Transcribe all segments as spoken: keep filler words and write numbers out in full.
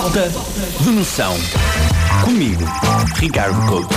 Falta de noção. Comigo, Ricardo Couto.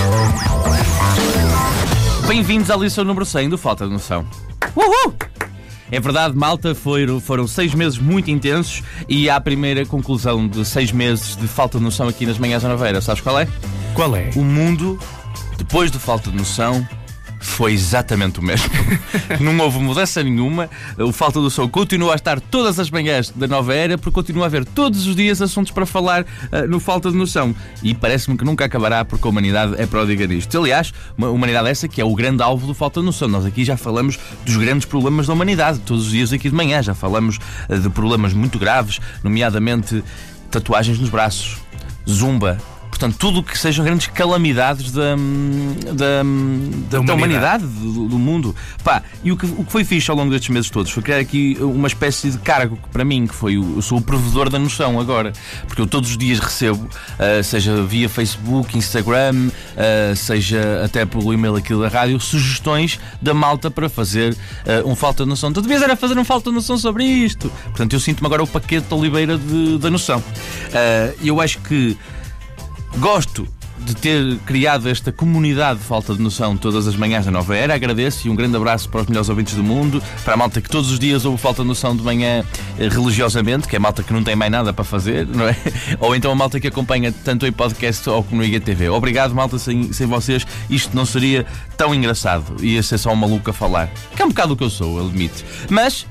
Bem-vindos à lição número cem do Falta de Noção. Uhul! É verdade, malta, foram, foram seis meses muito intensos e há a primeira conclusão de seis meses de falta de noção aqui nas manhãs da Noveira. Sabes qual é? Qual é? O mundo, depois de falta de noção, foi exatamente o mesmo. Não houve mudança nenhuma. O Falta de Noção continua a estar todas as manhãs da nova era, porque continua a haver todos os dias assuntos para falar uh, no Falta de Noção. E parece-me que nunca acabará, porque a humanidade é pródiga nisto. Aliás, uma humanidade essa que é o grande alvo do Falta de Noção. Nós aqui já falamos dos grandes problemas da humanidade, todos os dias aqui de manhã. Já falamos uh, de problemas muito graves, nomeadamente tatuagens nos braços, zumba. Portanto, tudo o que sejam grandes calamidades da, da, da, da humanidade, do, do mundo. Pá, e o que, o que foi fixe ao longo destes meses todos foi criar aqui uma espécie de cargo que, para mim, que foi o, eu sou o provedor da noção agora. Porque eu todos os dias recebo, uh, seja via Facebook, Instagram, uh, seja até pelo e-mail aqui da rádio, sugestões da malta para fazer uh, um Falta de Noção. Tu devias era fazer um Falta de Noção sobre isto. Portanto, eu sinto-me agora o Paquete de Oliveira de, da noção. Uh, eu acho que gosto de ter criado esta comunidade de Falta de Noção todas as manhãs da nova era. Agradeço e um grande abraço para os melhores ouvintes do mundo, para a malta que todos os dias ouve Falta de Noção de manhã eh, religiosamente, que é a malta que não tem mais nada para fazer, não é? Ou então a malta que acompanha tanto em podcast ou como no I G T V. Obrigado, malta, sem, sem vocês isto não seria tão engraçado. Ia ser só um maluco a falar, que é um bocado o que eu sou, eu admito. Mas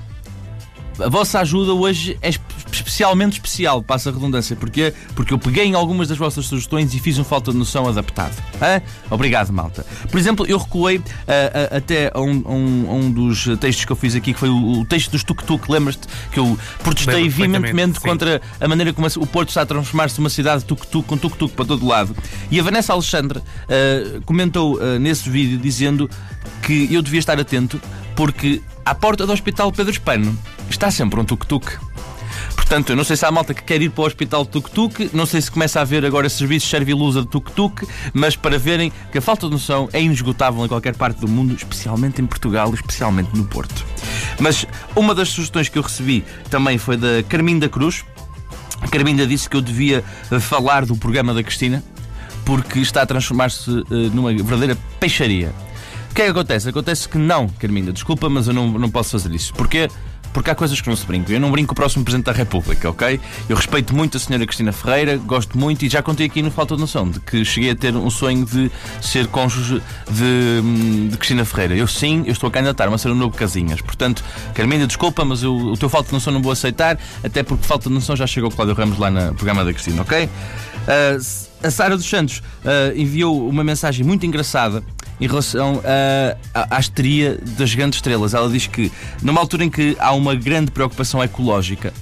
a vossa ajuda hoje é especialmente especial, passa a redundância. Porquê? Porque eu peguei em algumas das vossas sugestões e fiz um Falta de Noção adaptado. Hã? Obrigado, malta. Por exemplo, eu recuei uh, uh, até a um, um, um dos textos que eu fiz aqui, que foi o, o texto dos tuk-tuk. Lembras-te que eu protestei veementemente contra a maneira como o Porto está a transformar-se numa cidade de tuk-tuk, com tuk-tuk para todo lado. E a Vanessa Alexandre uh, comentou uh, nesse vídeo dizendo que eu devia estar atento porque à porta do Hospital Pedro Espano está sempre um tuk-tuk. Portanto, eu não sei se há malta que quer ir para o Hospital de tuk-tuk, não sei se começa a haver agora serviços Servilusa de tuk-tuk, mas para verem que a falta de noção é inesgotável em qualquer parte do mundo, especialmente em Portugal, especialmente no Porto. Mas uma das sugestões que eu recebi também foi da Carminda Cruz. A Carminda disse que eu devia falar do programa da Cristina, porque está a transformar-se uh, numa verdadeira peixaria. O que é que acontece? Acontece que não, Carminda, desculpa, mas eu não, não posso fazer isso. Porquê? Porque há coisas que não se brincam. Eu não brinco com o próximo Presidente da República, ok? Eu respeito muito a senhora Cristina Ferreira, gosto muito, e já contei aqui no Falta de Noção de que cheguei a ter um sonho de ser cônjuge de, de Cristina Ferreira. Eu sim, eu estou a candidatar-me a ser um novo Casinhas. Portanto, Carminda, desculpa, mas eu, o teu Falta de Noção não vou aceitar, até porque Falta de Noção já chegou o Cláudio Ramos lá no programa da Cristina, ok? Uh, a Sara dos Santos uh, enviou uma mensagem muito engraçada em relação uh, à, à histeria das grandes estrelas. Ela diz que, numa altura em que há uma grande preocupação ecológica,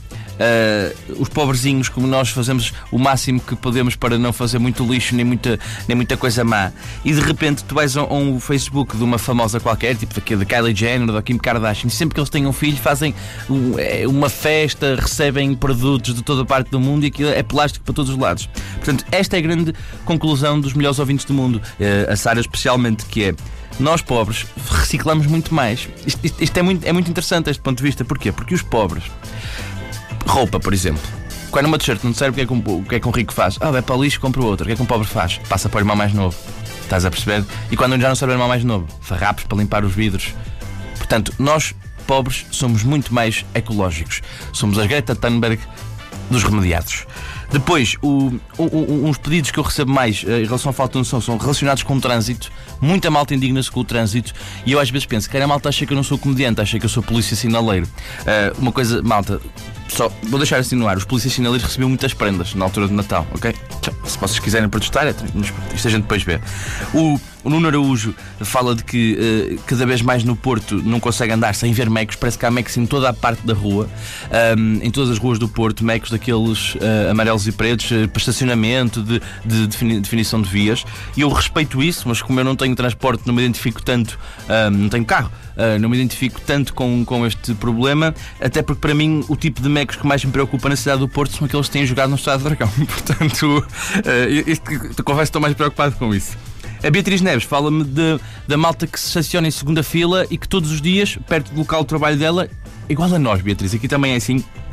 uh, os pobrezinhos como nós fazemos o máximo que podemos para não fazer muito lixo nem muita, nem muita coisa má, e de repente tu vais a um Facebook de uma famosa qualquer, tipo da Kylie Jenner, da Kim Kardashian, e sempre que eles têm um filho fazem uma festa, recebem produtos de toda a parte do mundo e aquilo é plástico para todos os lados. Portanto, esta é a grande conclusão dos melhores ouvintes do mundo, uh, a Sara especialmente, que é: nós pobres reciclamos muito mais. Isto, isto, isto é, muito, é muito interessante este ponto de vista. Porquê? Porque os pobres, roupa, por exemplo, quando uma t-shirt não te serve, o que, é que um, o que é que um rico faz? Ah, vai para o lixo, compra outra. O que é que um pobre faz? Passa para o irmão mais novo. Estás a perceber? E quando já não serve o irmão mais novo, farrapos para limpar os vidros. Portanto, nós pobres somos muito mais ecológicos. Somos a Greta Thunberg dos remediados. Depois, o, o, o, uns pedidos que eu recebo mais uh, em relação à falta de noção são relacionados com o trânsito. Muita malta indigna-se com o trânsito. E eu às vezes penso que a malta acha que eu não sou comediante, acha que eu sou polícia sinaleiro. Uh, uma coisa, malta, só vou deixar assim no ar: os polícias sinaleiros recebiam muitas prendas na altura de Natal, ok? Se vocês quiserem protestar, é, isto a gente depois vê. O, o Nuno Araújo fala de que uh, cada vez mais no Porto não consegue andar sem ver mecos. Parece que há mecos em toda a parte da rua, um, em todas as ruas do Porto, mecos daqueles uh, amarelos e pretos, uh, para estacionamento, de, de defini- definição de vias. E eu respeito isso, mas como eu não tenho transporte, não me identifico tanto, um, não tenho carro, uh, não me identifico tanto com, com este problema, até porque para mim o tipo de mecos que mais me preocupa na cidade do Porto são aqueles que têm jogado no Estado do Dragão. Portanto, uh, isto, confesso que estou mais preocupado com isso. A Beatriz Neves fala-me de, da malta que se estaciona em segunda fila e que todos os dias, perto do local de trabalho dela, igual a nós, Beatriz, aqui também é assim,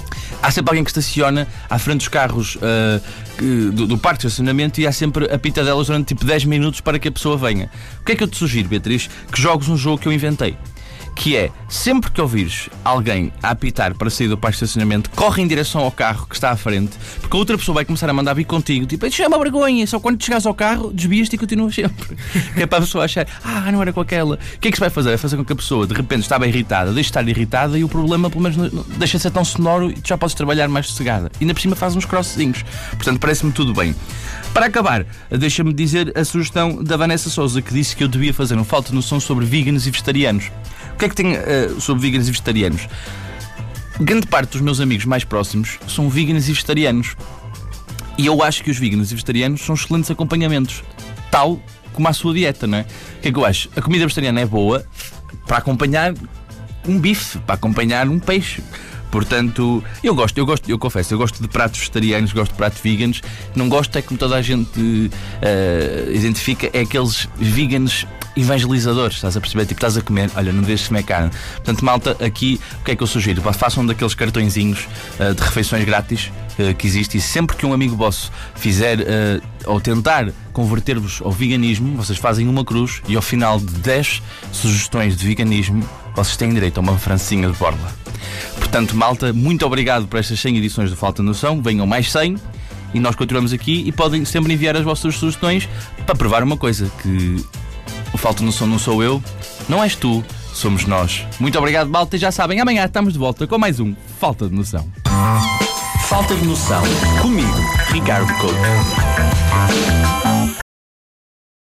há sempre alguém que estaciona à frente dos carros uh, que, do, do parque de estacionamento, e há sempre a pitadelas durante tipo dez minutos para que a pessoa venha. O que é que eu te sugiro, Beatriz? Que jogues um jogo que eu inventei, que é, sempre que ouvires alguém a apitar para sair do parque de estacionamento, corre em direção ao carro que está à frente, porque a outra pessoa vai começar a mandar vir contigo, tipo, isto é uma vergonha, só quando chegares ao carro desvias-te e continuas sempre. Que é para a pessoa achar, ah, não era com aquela. O que é que se vai fazer? Vai fazer com que a pessoa de repente estava irritada, deixe de estar irritada, e o problema pelo menos não, deixa de ser tão sonoro, e tu já podes trabalhar mais sossegada. E ainda por cima faz uns crossinhos. Portanto, parece-me tudo bem. Para acabar, deixa-me dizer a sugestão da Vanessa Souza, que disse que eu devia fazer um Falta de Noção sobre veganos e vegetarianos. O que é que tem uh, sobre veganos e vegetarianos? Grande parte dos meus amigos mais próximos são veganos e vegetarianos. E eu acho que os veganos e vegetarianos são excelentes acompanhamentos, tal como a sua dieta, não é? O que é que eu acho? A comida vegetariana é boa para acompanhar um bife, para acompanhar um peixe. Portanto, eu gosto, eu gosto, eu confesso, eu gosto de pratos vegetarianos, gosto de pratos veganos. Não gosto é como toda a gente uh, identifica, é aqueles veganos evangelizadores, estás a perceber? Tipo, estás a comer, olha, não deves comer carne. Portanto, malta, aqui, o que é que eu sugiro? Façam um daqueles cartõezinhos uh, de refeições grátis uh, que existe, e sempre que um amigo vosso fizer uh, ou tentar converter-vos ao veganismo, vocês fazem uma cruz, e ao final de dez sugestões de veganismo, vocês têm direito a uma francinha de borla. Portanto, malta, muito obrigado por estas cem edições do Falta de Noção. Venham mais cem e nós continuamos aqui, e podem sempre enviar as vossas sugestões para provar uma coisa, que o Falta de Noção não sou eu, não és tu, somos nós. Muito obrigado, malta, e já sabem, amanhã estamos de volta com mais um Falta de Noção. Falta de Noção, comigo, Ricardo Couto.